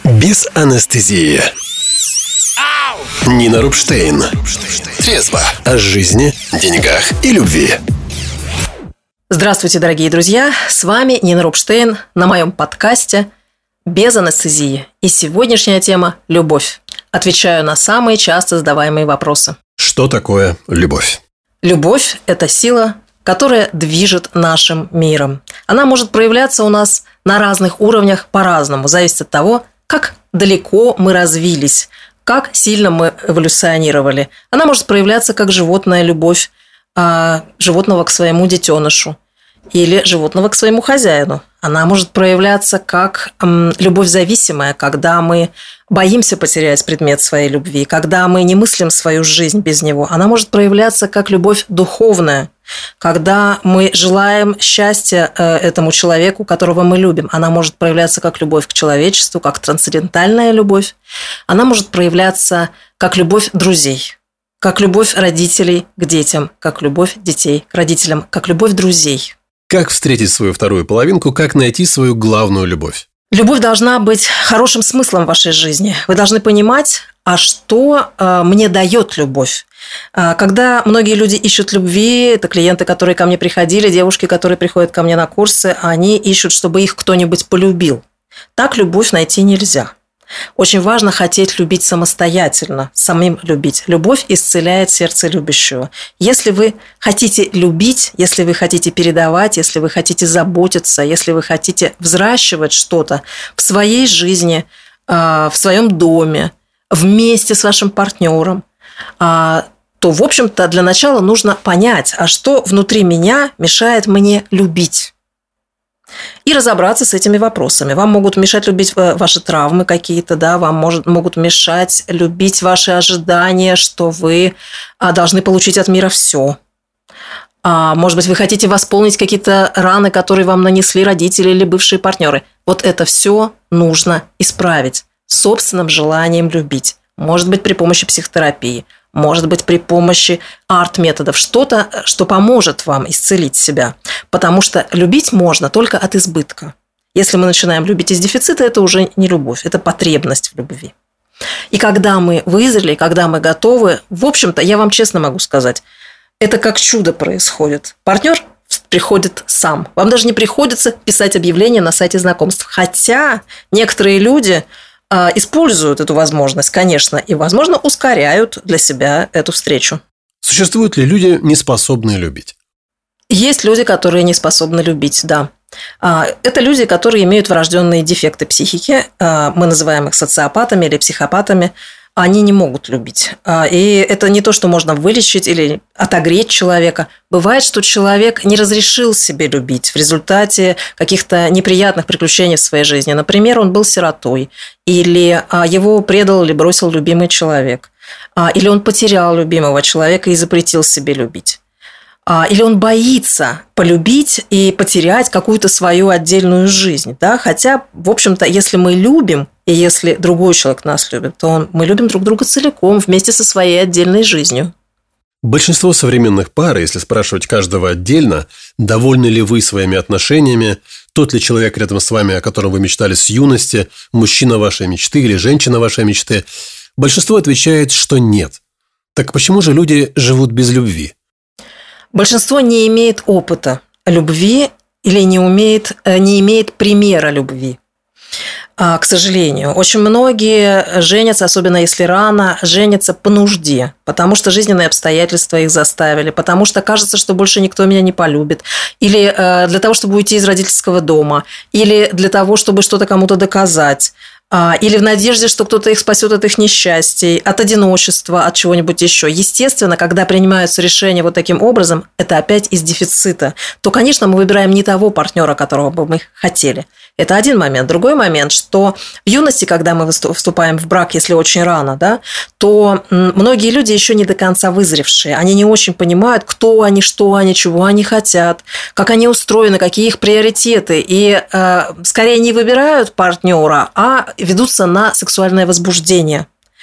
Без анестезии. Нина Рубштейн. Трезво о жизни, деньгах и любви. Здравствуйте, дорогие друзья! С вами Нина Рубштейн на моем подкасте «Без анестезии». И сегодняшняя тема – любовь. Отвечаю на самые часто задаваемые вопросы. Что такое любовь? Любовь – это сила, которая движет нашим миром. Она может проявляться у нас на разных уровнях по-разному. Зависит от того, как далеко мы развились, как сильно мы эволюционировали. Она может проявляться как животная любовь животного к своему детенышу или животного к своему хозяину. Она может проявляться как любовь зависимая, когда мы боимся потерять предмет своей любви, когда мы не мыслим свою жизнь без него. Она может проявляться как любовь духовная, когда мы желаем счастья этому человеку, которого мы любим. Она может проявляться как любовь к человечеству, как трансцендентальная любовь. Она может проявляться как любовь друзей, как любовь родителей к детям, как любовь детей к родителям, как любовь друзей. Как встретить свою вторую половинку, как найти свою главную любовь? Любовь должна быть хорошим смыслом в вашей жизни. Вы должны понимать, а что мне дает любовь. Когда многие люди ищут любви, это клиенты, которые ко мне приходили, девушки, которые приходят ко мне на курсы, они ищут, чтобы их кто-нибудь полюбил. Так любовь найти нельзя. Очень важно хотеть любить самостоятельно, самим любить. Любовь исцеляет сердце любящего. Если вы хотите любить, если вы хотите передавать, если вы хотите заботиться, если вы хотите взращивать что-то в своей жизни, в своем доме, вместе с вашим партнером, то, в общем-то, для начала нужно понять, а что внутри меня мешает мне любить. И разобраться с этими вопросами. Вам могут мешать любить ваши травмы какие-то, да, вам могут мешать любить ваши ожидания, что вы должны получить от мира все. Может быть, вы хотите восполнить какие-то раны, которые вам нанесли родители или бывшие партнеры. Вот это все нужно исправить собственным желанием любить. Может быть, при помощи психотерапии, может быть, при помощи арт-методов. Что-то, что поможет вам исцелить себя. Потому что любить можно только от избытка. Если мы начинаем любить из дефицита, это уже не любовь, это потребность в любви. И когда мы вызрели, когда мы готовы, в общем-то, я вам честно могу сказать, это как чудо происходит. Партнер приходит сам. Вам даже не приходится писать объявление на сайте знакомств. Хотя некоторые люди используют эту возможность, конечно, и, возможно, ускоряют для себя эту встречу. Существуют ли люди, не способные любить? Есть люди, которые не способны любить, да. Это люди, которые имеют врожденные дефекты психики. Мы называем их социопатами или психопатами. Они не могут любить. И это не то, что можно вылечить или отогреть человека. Бывает, что человек не разрешил себе любить в результате каких-то неприятных приключений в своей жизни. Например, он был сиротой, или его предал или бросил любимый человек, или он потерял любимого человека и запретил себе любить. Или он боится полюбить и потерять какую-то свою отдельную жизнь. Да? Хотя, в общем-то, если мы любим, и если другой человек нас любит, то мы любим друг друга целиком, вместе со своей отдельной жизнью. Большинство современных пар, если спрашивать каждого отдельно, довольны ли вы своими отношениями, тот ли человек рядом с вами, о котором вы мечтали с юности, мужчина вашей мечты или женщина вашей мечты, большинство отвечает, что нет. Так почему же люди живут без любви? Большинство не имеет опыта любви или не имеет примера любви. К сожалению, очень многие женятся, особенно если рано, женятся по нужде, потому что жизненные обстоятельства их заставили, потому что кажется, что больше никто меня не полюбит, или для того, чтобы уйти из родительского дома, или для того, чтобы что-то кому-то доказать, или в надежде, что кто-то их спасет от их несчастий, от одиночества, от чего-нибудь еще. Естественно, когда принимаются решения вот таким образом, это опять из дефицита, то, конечно, мы выбираем не того партнера, которого бы мы хотели. Это один момент. Другой момент, что в юности, когда мы вступаем в брак, если очень рано, да, то многие люди еще не до конца вызревшие. Они не очень понимают, кто они, что они, чего они хотят, как они устроены, какие их приоритеты. И скорее не выбирают партнера, а ведутся на сексуальное возбуждение.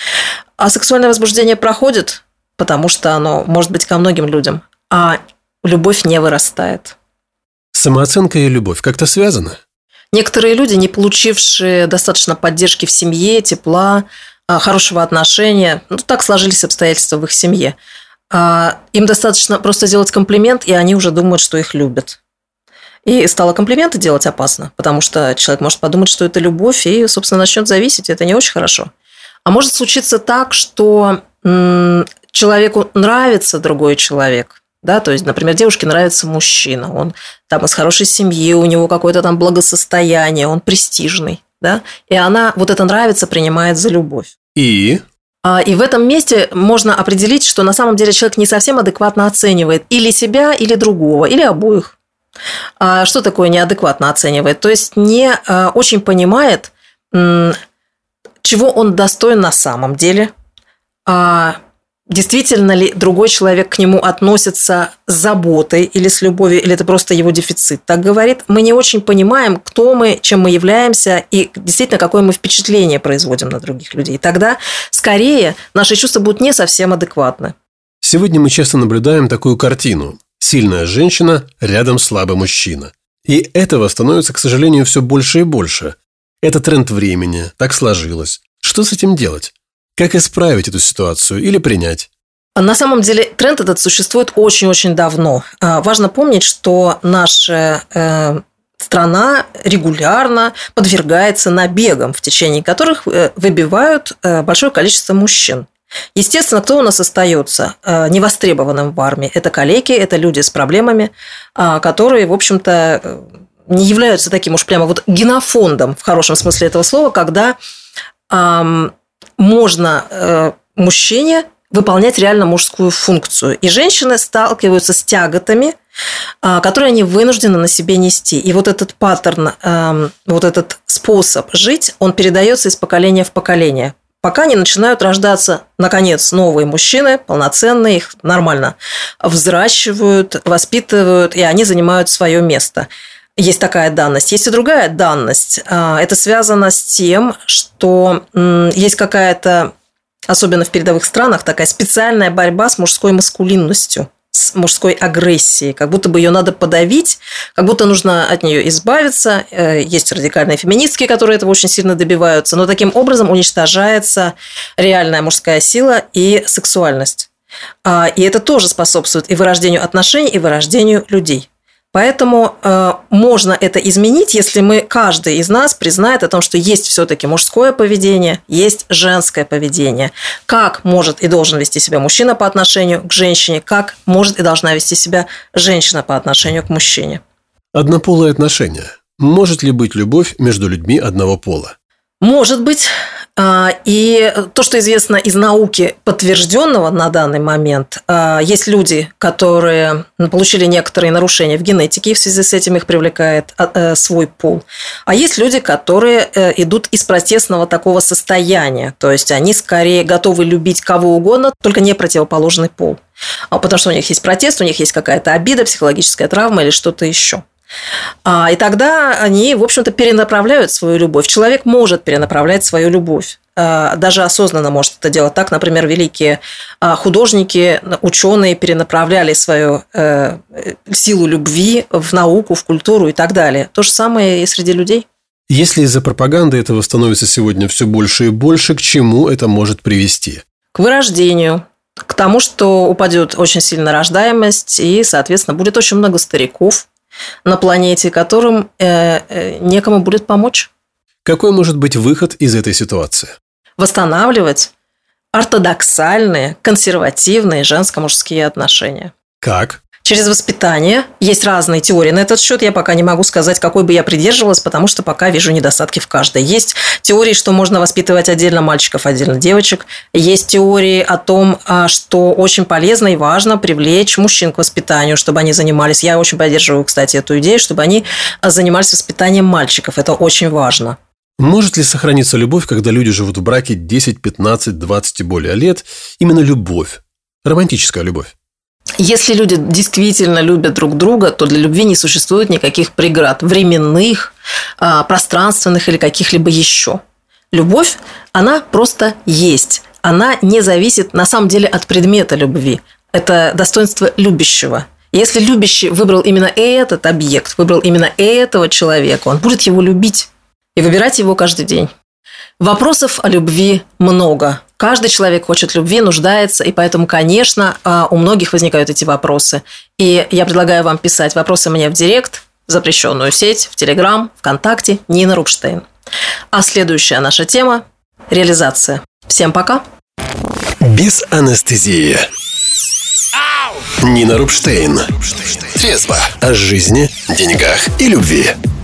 А сексуальное возбуждение проходит, потому что оно может быть ко многим людям, а любовь не вырастает. Самооценка и любовь как-то связаны? Некоторые люди, не получившие достаточно поддержки в семье, тепла, хорошего отношения, так сложились обстоятельства в их семье. Им достаточно просто сделать комплимент, и они уже думают, что их любят. И стало комплименты делать опасно, потому что человек может подумать, что это любовь, и, собственно, начнет зависеть. Это не очень хорошо. А может случиться так, что человеку нравится другой человек. Да, то есть, например, девушке нравится мужчина, он там из хорошей семьи, у него какое-то там благосостояние, он престижный, да, и она вот это нравится принимает за любовь. И в этом месте можно определить, что на самом деле человек не совсем адекватно оценивает или себя, или другого, или обоих. Что такое неадекватно оценивает? То есть не очень понимает, чего он достоин на самом деле, действительно ли другой человек к нему относится с заботой или с любовью, или это просто его дефицит. Так говорит, мы не очень понимаем, кто мы, чем мы являемся, и действительно, какое мы впечатление производим на других людей. Тогда, скорее, наши чувства будут не совсем адекватны. Сегодня мы часто наблюдаем такую картину. Сильная женщина, рядом слабый мужчина. И этого становится, к сожалению, все больше и больше. Это тренд времени, так сложилось. Что с этим делать? Как исправить эту ситуацию или принять? На самом деле тренд этот существует очень-очень давно. Важно помнить, что наша страна регулярно подвергается набегам, в течение которых выбивают большое количество мужчин. Естественно, кто у нас остается невостребованным в армии? Это калеки, это люди с проблемами, которые, в общем-то, не являются таким уж прямо вот генофондом в хорошем смысле этого слова, когда можно мужчине выполнять реально мужскую функцию. И женщины сталкиваются с тяготами, которые они вынуждены на себе нести. И вот этот паттерн, вот этот способ жить, он передается из поколения в поколение. Пока не начинают рождаться, наконец, новые мужчины, полноценные, их нормально взращивают, воспитывают, и они занимают свое место. Есть такая данность. Есть и другая данность. Это связано с тем, что есть какая-то, особенно в передовых странах, такая специальная борьба с мужской маскулинностью, с мужской агрессией. Как будто бы ее надо подавить, как будто нужно от нее избавиться. Есть радикальные феминистки, которые этого очень сильно добиваются. Но таким образом уничтожается реальная мужская сила и сексуальность. И это тоже способствует и вырождению отношений, и вырождению людей. Поэтому можно это изменить, если каждый из нас признает о том, что есть все-таки мужское поведение, есть женское поведение. Как может и должен вести себя мужчина по отношению к женщине, как может и должна вести себя женщина по отношению к мужчине. Однополые отношения. Может ли быть любовь между людьми одного пола? Может быть. И то, что известно из науки, подтвержденного на данный момент, есть люди, которые получили некоторые нарушения в генетике, и в связи с этим их привлекает свой пол. А есть люди, которые идут из протестного такого состояния, то есть они скорее готовы любить кого угодно, только не противоположный пол. Потому что у них есть протест, у них есть какая-то обида, психологическая травма или что-то еще. И тогда они, в общем-то, перенаправляют свою любовь. Человек может перенаправлять свою любовь. Даже осознанно может это делать. Так, например, великие художники, ученые перенаправляли свою силу любви в науку, в культуру и так далее. То же самое и среди людей. Если из-за пропаганды этого становится сегодня все больше и больше, к чему это может привести? К вырождению. К тому, что упадет очень сильно рождаемость, и, соответственно, будет очень много стариков на планете, которым некому будет помочь. Какой может быть выход из этой ситуации? Восстанавливать ортодоксальные, консервативные женско-мужские отношения. Как? Через воспитание. Есть разные теории на этот счет. Я пока не могу сказать, какой бы я придерживалась, потому что пока вижу недостатки в каждой. Есть теории, что можно воспитывать отдельно мальчиков, отдельно девочек. Есть теории о том, что очень полезно и важно привлечь мужчин к воспитанию, чтобы они занимались. Я очень поддерживаю, кстати, эту идею, чтобы они занимались воспитанием мальчиков. Это очень важно. Может ли сохраниться любовь, когда люди живут в браке 10, 15, 20 и более лет? Именно любовь. Романтическая любовь. Если люди действительно любят друг друга, то для любви не существует никаких преград временных, пространственных или каких-либо еще. Любовь, она просто есть. Она не зависит, на самом деле, от предмета любви. Это достоинство любящего. Если любящий выбрал именно этот объект, выбрал именно этого человека, он будет его любить и выбирать его каждый день. Вопросов о любви много. Каждый человек хочет любви, нуждается, и поэтому, конечно, у многих возникают эти вопросы. И я предлагаю вам писать вопросы мне в директ, в запрещенную сеть, в Телеграм, ВКонтакте, Нина Рубштейн. А следующая наша тема – реализация. Всем пока. Без анестезии. Нина Рубштейн. Трезво о жизни, деньгах и любви.